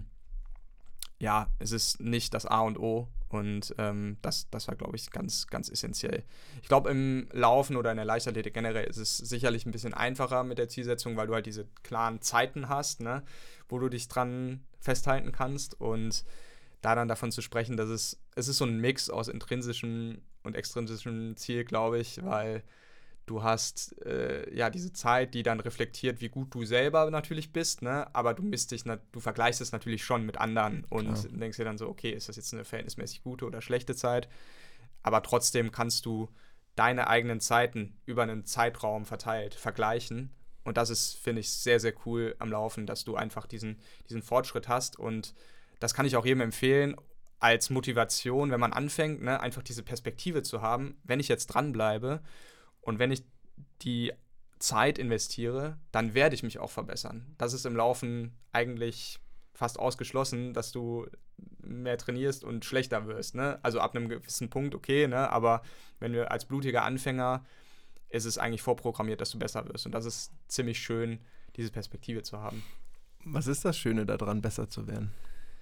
ja, es ist nicht das A und O. Und das war, glaube ich, ganz, ganz essentiell. Ich glaube, im Laufen oder in der Leichtathletik generell ist es sicherlich ein bisschen einfacher mit der Zielsetzung, weil du halt diese klaren Zeiten hast, ne? Wo du dich dran festhalten kannst. Und da dann davon zu sprechen, dass es ist so ein Mix aus intrinsischem und extrinsischem Ziel, glaube ich, weil du hast diese Zeit, die dann reflektiert, wie gut du selber natürlich bist, ne? Aber du vergleichst es natürlich schon mit anderen und denkst dir dann so, okay, ist das jetzt eine verhältnismäßig gute oder schlechte Zeit? Aber trotzdem kannst du deine eigenen Zeiten über einen Zeitraum verteilt vergleichen. Und das ist, finde ich, sehr, sehr cool am Laufen, dass du einfach diesen Fortschritt hast. Und das kann ich auch jedem empfehlen, als Motivation, wenn man anfängt, ne, einfach diese Perspektive zu haben, wenn ich jetzt dranbleibe, und wenn ich die Zeit investiere, dann werde ich mich auch verbessern. Das ist im Laufen eigentlich fast ausgeschlossen, dass du mehr trainierst und schlechter wirst, ne? Also ab einem gewissen Punkt okay, ne? Aber wenn wir als blutiger Anfänger, ist es eigentlich vorprogrammiert, dass du besser wirst. Und das ist ziemlich schön, diese Perspektive zu haben. Was ist das Schöne daran, besser zu werden?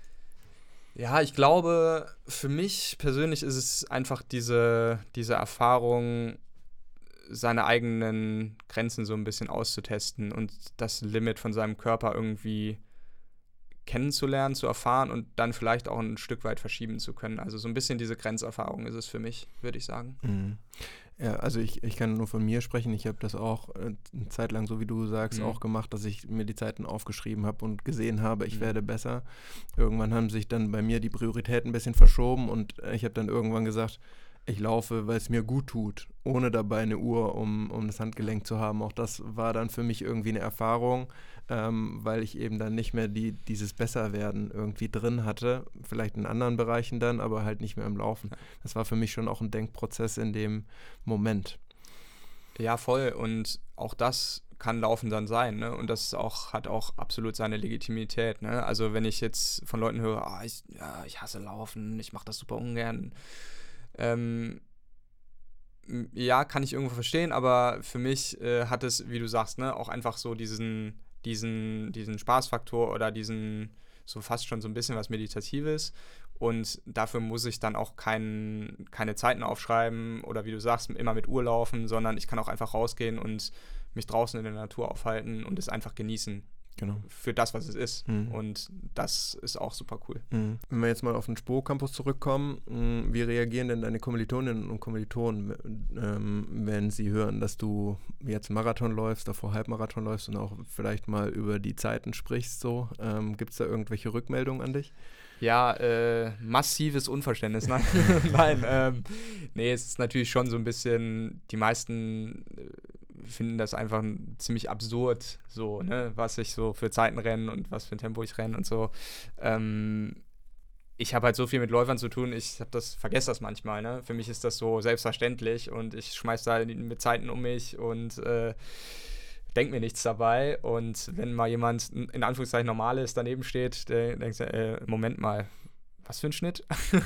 Ja, ich glaube, für mich persönlich ist es einfach diese Erfahrung, seine eigenen Grenzen so ein bisschen auszutesten und das Limit von seinem Körper irgendwie kennenzulernen, zu erfahren und dann vielleicht auch ein Stück weit verschieben zu können. Also so ein bisschen diese Grenzerfahrung ist es für mich, würde ich sagen. Mhm. Ja, also ich kann nur von mir sprechen. Ich habe das auch eine Zeit lang, so wie du sagst, auch gemacht, dass ich mir die Zeiten aufgeschrieben habe und gesehen habe, ich werde besser. Irgendwann haben sich dann bei mir die Prioritäten ein bisschen verschoben und ich habe dann irgendwann gesagt, ich laufe, weil es mir gut tut, ohne dabei eine Uhr um das Handgelenk zu haben. Auch das war dann für mich irgendwie eine Erfahrung, weil ich eben dann nicht mehr dieses Besserwerden irgendwie drin hatte. Vielleicht in anderen Bereichen dann, aber halt nicht mehr im Laufen. Das war für mich schon auch ein Denkprozess in dem Moment. Ja, voll. Und auch das kann Laufen dann sein, ne? Und das hat auch absolut seine Legitimität, ne? Also wenn ich jetzt von Leuten höre, ich hasse Laufen, ich mache das super ungern, ja, kann ich irgendwo verstehen, aber für mich hat es, wie du sagst, ne, auch einfach so diesen Spaßfaktor oder so fast schon so ein bisschen was Meditatives und dafür muss ich dann auch keine Zeiten aufschreiben oder wie du sagst, immer mit Uhr laufen, sondern ich kann auch einfach rausgehen und mich draußen in der Natur aufhalten und es einfach genießen. für das, was es ist. Und das ist auch super cool. Wenn wir jetzt mal auf den SPO-Campus zurückkommen, wie reagieren denn deine Kommilitoninnen und Kommilitonen, wenn sie hören, dass du jetzt Marathon läufst, davor Halbmarathon läufst und auch vielleicht mal über die Zeiten sprichst? So? Gibt es da irgendwelche Rückmeldungen an dich? Ja, massives Unverständnis. Nein, nein, nee, es ist natürlich schon so ein bisschen, die meisten finden das einfach ziemlich absurd, so, ne, was ich so für Zeiten renne und was für ein Tempo ich renne und so. Ich habe halt so viel mit Läufern zu tun, vergesse das manchmal, ne. Für mich ist das so selbstverständlich und ich schmeiß da mit Zeiten um mich und denke mir nichts dabei. Und wenn mal jemand, in Anführungszeichen Normales, daneben steht, der denkt, Moment mal, was für ein Schnitt?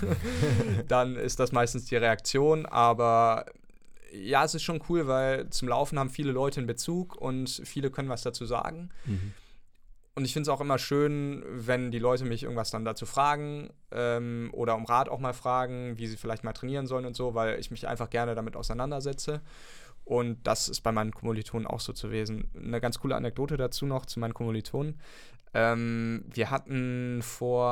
Dann ist das meistens die Reaktion, aber ja, es ist schon cool, weil zum Laufen haben viele Leute einen Bezug und viele können was dazu sagen. Und ich finde es auch immer schön, wenn die Leute mich irgendwas dann dazu fragen oder um Rat auch mal fragen, wie sie vielleicht mal trainieren sollen und so, weil ich mich einfach gerne damit auseinandersetze. Und das ist bei meinen Kommilitonen auch so gewesen. Eine ganz coole Anekdote dazu noch zu meinen Kommilitonen. Wir hatten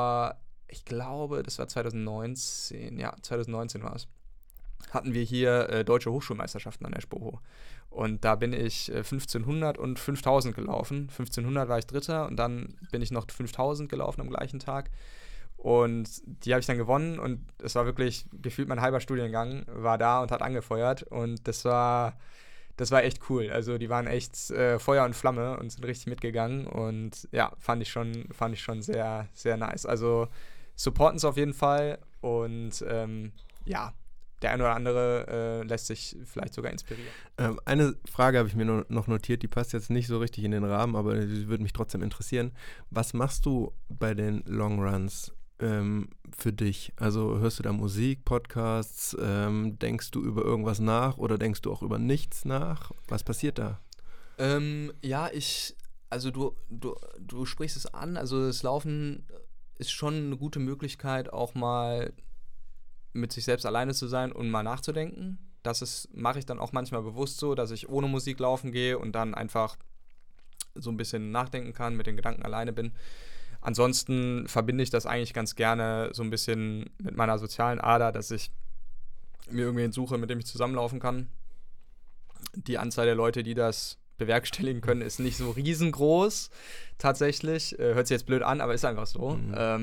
ich glaube, das war 2019, ja, 2019 war es, hatten wir hier deutsche Hochschulmeisterschaften an der SPOHO. Und da bin ich 1500 und 5000 gelaufen. 1500 war ich Dritter und dann bin ich noch 5000 gelaufen am gleichen Tag. Und die habe ich dann gewonnen und es war wirklich gefühlt mein halber Studiengang war da und hat angefeuert. Und das war echt cool. Also die waren echt Feuer und Flamme und sind richtig mitgegangen. Und ja, fand ich schon sehr, sehr nice. Also supporten es auf jeden Fall und ja, der eine oder andere lässt sich vielleicht sogar inspirieren. Eine Frage habe ich mir noch notiert, die passt jetzt nicht so richtig in den Rahmen, aber sie würde mich trotzdem interessieren. Was machst du bei den Longruns für dich? Also hörst du da Musik, Podcasts, denkst du über irgendwas nach oder denkst du auch über nichts nach? Was passiert da? Ja, also du sprichst es an, also das Laufen ist schon eine gute Möglichkeit, auch mal mit sich selbst alleine zu sein und mal nachzudenken. Mache ich dann auch manchmal bewusst so, dass ich ohne Musik laufen gehe und dann einfach so ein bisschen nachdenken kann, mit den Gedanken alleine bin. Ansonsten verbinde ich das eigentlich ganz gerne so ein bisschen mit meiner sozialen Ader, dass ich mir irgendwen suche, mit dem ich zusammenlaufen kann. Die Anzahl der Leute, die das bewerkstelligen können, ist nicht so riesengroß, tatsächlich. Hört sich jetzt blöd an, aber ist einfach so.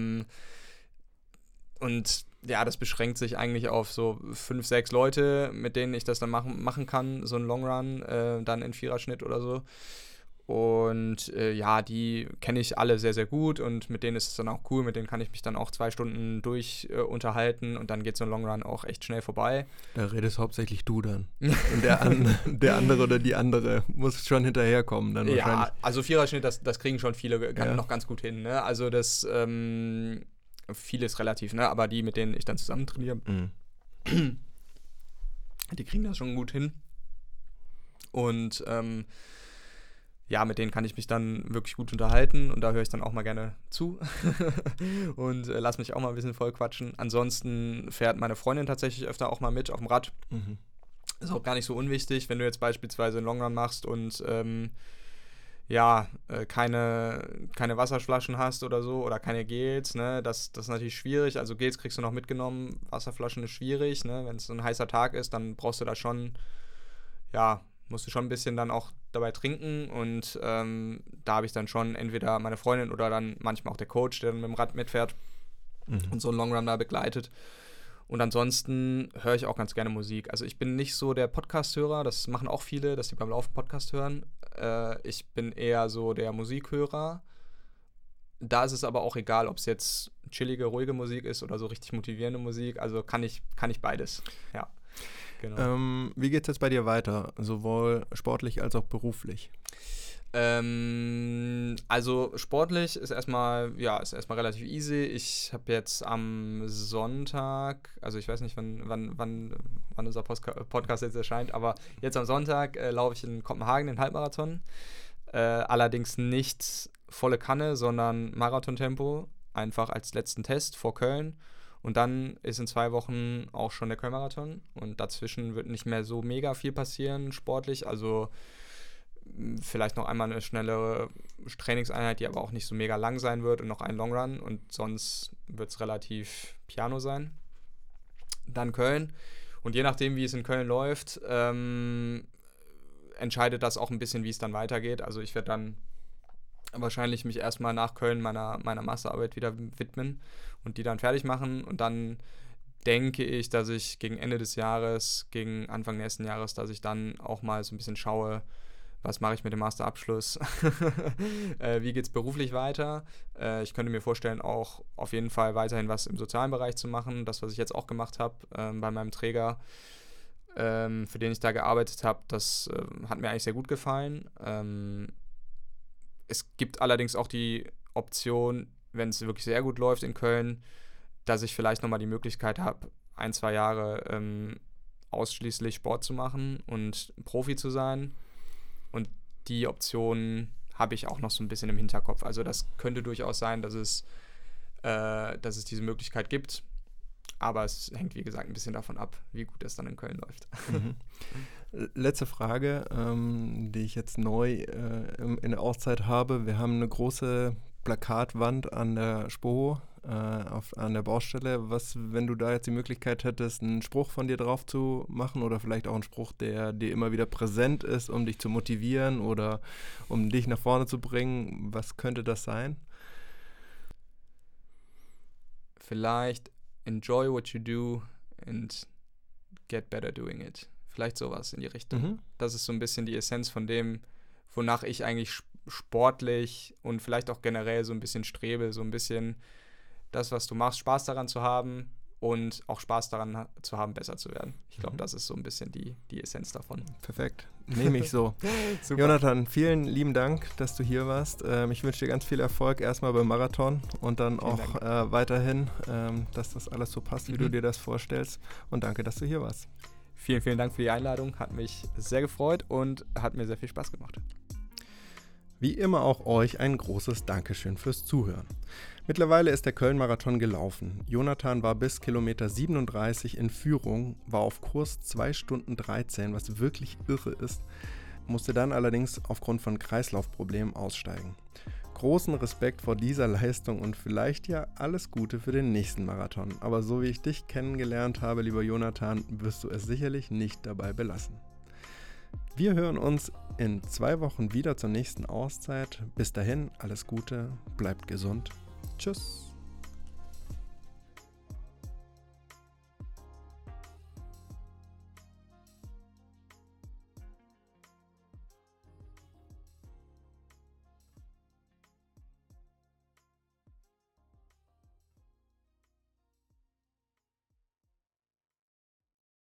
Und ja, das beschränkt sich eigentlich auf so 5, 6 Leute, mit denen ich das dann machen kann, so ein Long Run, dann in Viererschnitt oder so. Und ja, die kenne ich alle sehr, sehr gut und mit denen ist es dann auch cool, mit denen kann ich mich dann auch 2 Stunden unterhalten und dann geht so ein Long Run auch echt schnell vorbei. Da redest hauptsächlich du dann. Und der andere oder die andere muss schon hinterherkommen dann wahrscheinlich. Ja, also Viererschnitt, das kriegen schon viele noch ganz gut hin, ne? Also das viel ist relativ, ne? Aber die, mit denen ich dann zusammen trainiere, die kriegen das schon gut hin. Und ja, mit denen kann ich mich dann wirklich gut unterhalten und da höre ich dann auch mal gerne zu und lass mich auch mal ein bisschen voll quatschen. Ansonsten fährt meine Freundin tatsächlich öfter auch mal mit auf dem Rad. Ist auch gar nicht so unwichtig, wenn du jetzt beispielsweise einen Long Run machst und keine Wasserflaschen hast oder so oder keine Gels, ne, das ist natürlich schwierig. Also Gels kriegst du noch mitgenommen, Wasserflaschen ist schwierig, ne, wenn es so ein heißer Tag ist, dann brauchst du da schon, ja, musst du schon ein bisschen dann auch dabei trinken und da habe ich dann schon entweder meine Freundin oder dann manchmal auch der Coach, der dann mit dem Rad mitfährt und so einen Long Run da begleitet. Und ansonsten höre ich auch ganz gerne Musik. Also ich bin nicht so der Podcast-Hörer, das machen auch viele, dass sie beim Laufen Podcast hören. Ich bin eher so der Musikhörer. Da ist es aber auch egal, ob es jetzt chillige, ruhige Musik ist oder so richtig motivierende Musik. Also kann ich beides, ja. Genau. Wie geht es jetzt bei dir weiter, sowohl sportlich als auch beruflich? Also sportlich ist erstmal relativ easy. Ich habe jetzt am Sonntag, also ich weiß nicht, wann unser Podcast jetzt erscheint, aber jetzt am Sonntag laufe ich in Kopenhagen den Halbmarathon. Allerdings nicht volle Kanne, sondern Marathontempo, einfach als letzten Test vor Köln. Und dann ist in 2 Wochen auch schon der Köln-Marathon und dazwischen wird nicht mehr so mega viel passieren sportlich. Also vielleicht noch einmal eine schnellere Trainingseinheit, die aber auch nicht so mega lang sein wird und noch ein Long Run und sonst wird es relativ piano sein. Dann Köln und je nachdem, wie es in Köln läuft, entscheidet das auch ein bisschen, wie es dann weitergeht. Also ich werde dann wahrscheinlich mich erstmal nach Köln meiner Masterarbeit wieder widmen und die dann fertig machen und dann denke ich, dass ich gegen Ende des Jahres, gegen Anfang nächsten Jahres, dass ich dann auch mal so ein bisschen schaue, was mache ich mit dem Masterabschluss, wie geht es beruflich weiter. Ich könnte mir vorstellen, auch auf jeden Fall weiterhin was im sozialen Bereich zu machen, das, was ich jetzt auch gemacht habe bei meinem Träger, für den ich da gearbeitet habe, das hat mir eigentlich sehr gut gefallen. Es gibt allerdings auch die Option, wenn es wirklich sehr gut läuft in Köln, dass ich vielleicht nochmal die Möglichkeit habe, 1-2 Jahre ausschließlich Sport zu machen und Profi zu sein. Und die Option habe ich auch noch so ein bisschen im Hinterkopf. Also das könnte durchaus sein, dass es diese Möglichkeit gibt. Aber es hängt, wie gesagt, ein bisschen davon ab, wie gut es dann in Köln läuft. Mhm. Letzte Frage, die ich jetzt neu in der Auszeit habe. Wir haben eine große Plakatwand an der SPOHO, an der Baustelle. Was, wenn du da jetzt die Möglichkeit hättest, einen Spruch von dir drauf zu machen oder vielleicht auch einen Spruch, der dir immer wieder präsent ist, um dich zu motivieren oder um dich nach vorne zu bringen, was könnte das sein? Vielleicht enjoy what you do and get better doing it. Vielleicht sowas in die Richtung. Mhm. Das ist so ein bisschen die Essenz von dem, wonach ich eigentlich sportlich und vielleicht auch generell so ein bisschen strebe, so ein bisschen das, was du machst, Spaß daran zu haben und auch Spaß daran zu haben, besser zu werden. Ich glaube, das ist so ein bisschen die Essenz davon. Perfekt, nehme ich so. Super. Jonathan, vielen lieben Dank, dass du hier warst. Ich wünsche dir ganz viel Erfolg erstmal beim Marathon und dann auch weiterhin, dass das alles so passt, wie du dir das vorstellst. Und danke, dass du hier warst. Vielen, vielen Dank für die Einladung. Hat mich sehr gefreut und hat mir sehr viel Spaß gemacht. Wie immer auch euch ein großes Dankeschön fürs Zuhören. Mittlerweile ist der Köln-Marathon gelaufen. Jonathan war bis Kilometer 37 in Führung, war auf Kurs 2 Stunden 13, was wirklich irre ist, musste dann allerdings aufgrund von Kreislaufproblemen aussteigen. Großen Respekt vor dieser Leistung und vielleicht ja alles Gute für den nächsten Marathon. Aber so wie ich dich kennengelernt habe, lieber Jonathan, wirst du es sicherlich nicht dabei belassen. Wir hören uns in 2 Wochen wieder zur nächsten Auszeit. Bis dahin, alles Gute, bleibt gesund. Tschüss.